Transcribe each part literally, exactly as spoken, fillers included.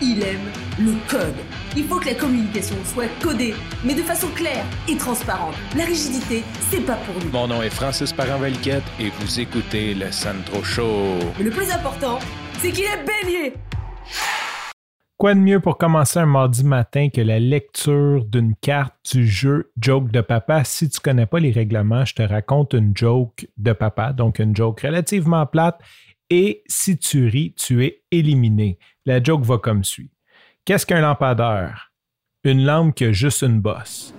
il aime le code. Il faut que la communication soit codée, mais de façon claire et transparente. La rigidité, c'est pas pour nous. Mon nom est Francis Parent-Valquette et vous écoutez le Sandro Show. Mais le plus important, c'est qu'il est bélier. Quoi de mieux pour commencer un mardi matin que la lecture d'une carte du jeu Joke de papa? Si tu ne connais pas les règlements, je te raconte une joke de papa, donc une joke relativement plate, et si tu ris, tu es éliminé. La joke va comme suit. Qu'est-ce qu'un lampadaire? Une lampe qui a juste une bosse.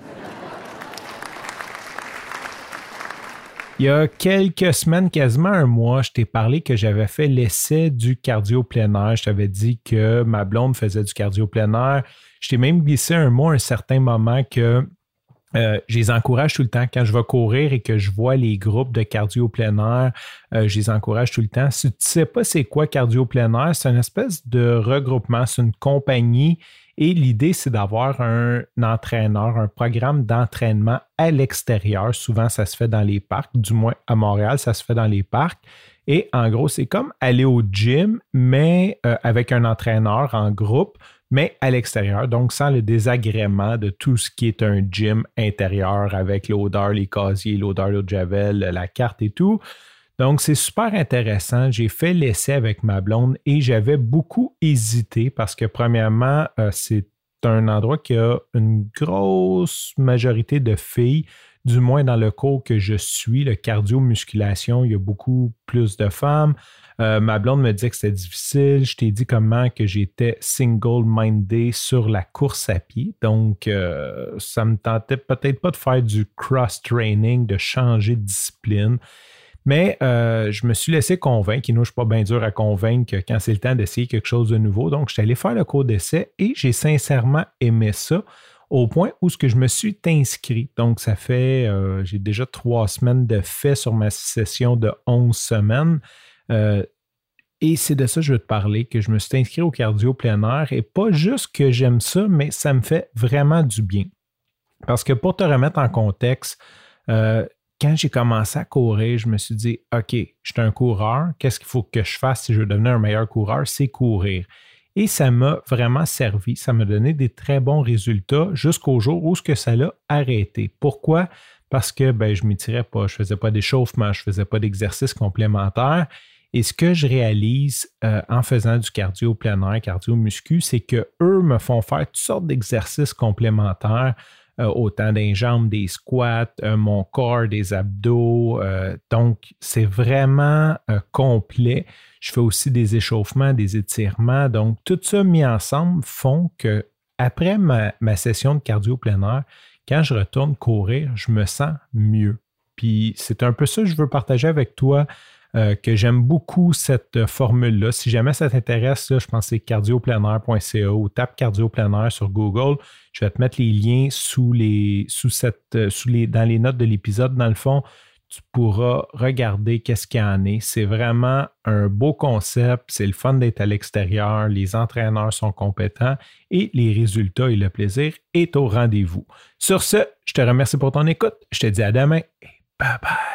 Il y a quelques semaines, quasiment un mois, je t'ai parlé que j'avais fait l'essai du cardio plein air. Je t'avais dit que ma blonde faisait du cardio plein air. Je t'ai même glissé un mot à un certain moment que euh, je les encourage tout le temps. Quand je vais courir et que je vois les groupes de cardio plein air, euh, je les encourage tout le temps. Si tu ne sais pas c'est quoi cardio plein air, c'est une espèce de regroupement, c'est une compagnie. Et l'idée, c'est d'avoir un entraîneur, un programme d'entraînement à l'extérieur. Souvent, ça se fait dans les parcs, du moins à Montréal, ça se fait dans les parcs. Et en gros, c'est comme aller au gym, mais euh, avec un entraîneur en groupe, mais à l'extérieur, donc sans le désagrément de tout ce qui est un gym intérieur avec l'odeur, les casiers, l'odeur d'eau de javel, la carte et tout. Donc, c'est super intéressant. J'ai fait l'essai avec ma blonde et j'avais beaucoup hésité parce que, premièrement, euh, c'est un endroit qui a une grosse majorité de filles, du moins dans le cours que je suis, le cardio-musculation, il y a beaucoup plus de femmes. Euh, ma blonde me disait que c'était difficile. Je t'ai dit comment que j'étais single-minded sur la course à pied. Donc, euh, ça me tentait peut-être pas de faire du cross-training, de changer de discipline. Mais euh, je me suis laissé convaincre, et nous, je ne suis pas bien dur à convaincre quand c'est le temps d'essayer quelque chose de nouveau. Donc, je suis allé faire le cours d'essai et j'ai sincèrement aimé ça au point où ce que je me suis inscrit. Donc, ça fait, euh, j'ai déjà trois semaines de fait sur ma session de onze semaines. Euh, et c'est de ça que je veux te parler, que je me suis inscrit au cardio plein air et pas juste que j'aime ça, mais ça me fait vraiment du bien. Parce que pour te remettre en contexte, euh, quand j'ai commencé à courir, je me suis dit, OK, je suis un coureur. Qu'est-ce qu'il faut que je fasse si je veux devenir un meilleur coureur? C'est courir. Et ça m'a vraiment servi. Ça m'a donné des très bons résultats jusqu'au jour où ce que ça l'a arrêté. Pourquoi? Parce que ben, je ne m'étirais pas, je ne faisais pas d'échauffement, je ne faisais pas d'exercice complémentaire. Et ce que je réalise euh, en faisant du cardio plein air, cardio muscu, c'est qu'eux me font faire toutes sortes d'exercices complémentaires. Euh, autant des jambes, des squats, euh, mon corps, des abdos. Euh, donc, c'est vraiment euh, complet. Je fais aussi des échauffements, des étirements. Donc, tout ça mis ensemble font que après ma, ma session de cardio plein air, quand je retourne courir, je me sens mieux. Puis, c'est un peu ça que je veux partager avec toi. Euh, que j'aime beaucoup cette euh, formule-là. Si jamais ça t'intéresse, là, je pense que c'est cardio plein air point c a ou tape cardio plein air sur Google. Je vais te mettre les liens sous les, sous cette, euh, sous les, dans les notes de l'épisode. Dans le fond, tu pourras regarder qu'est-ce qu'il y en est. C'est vraiment un beau concept. C'est le fun d'être à l'extérieur. Les entraîneurs sont compétents et les résultats et le plaisir est au rendez-vous. Sur ce, je te remercie pour ton écoute. Je te dis à demain et bye bye.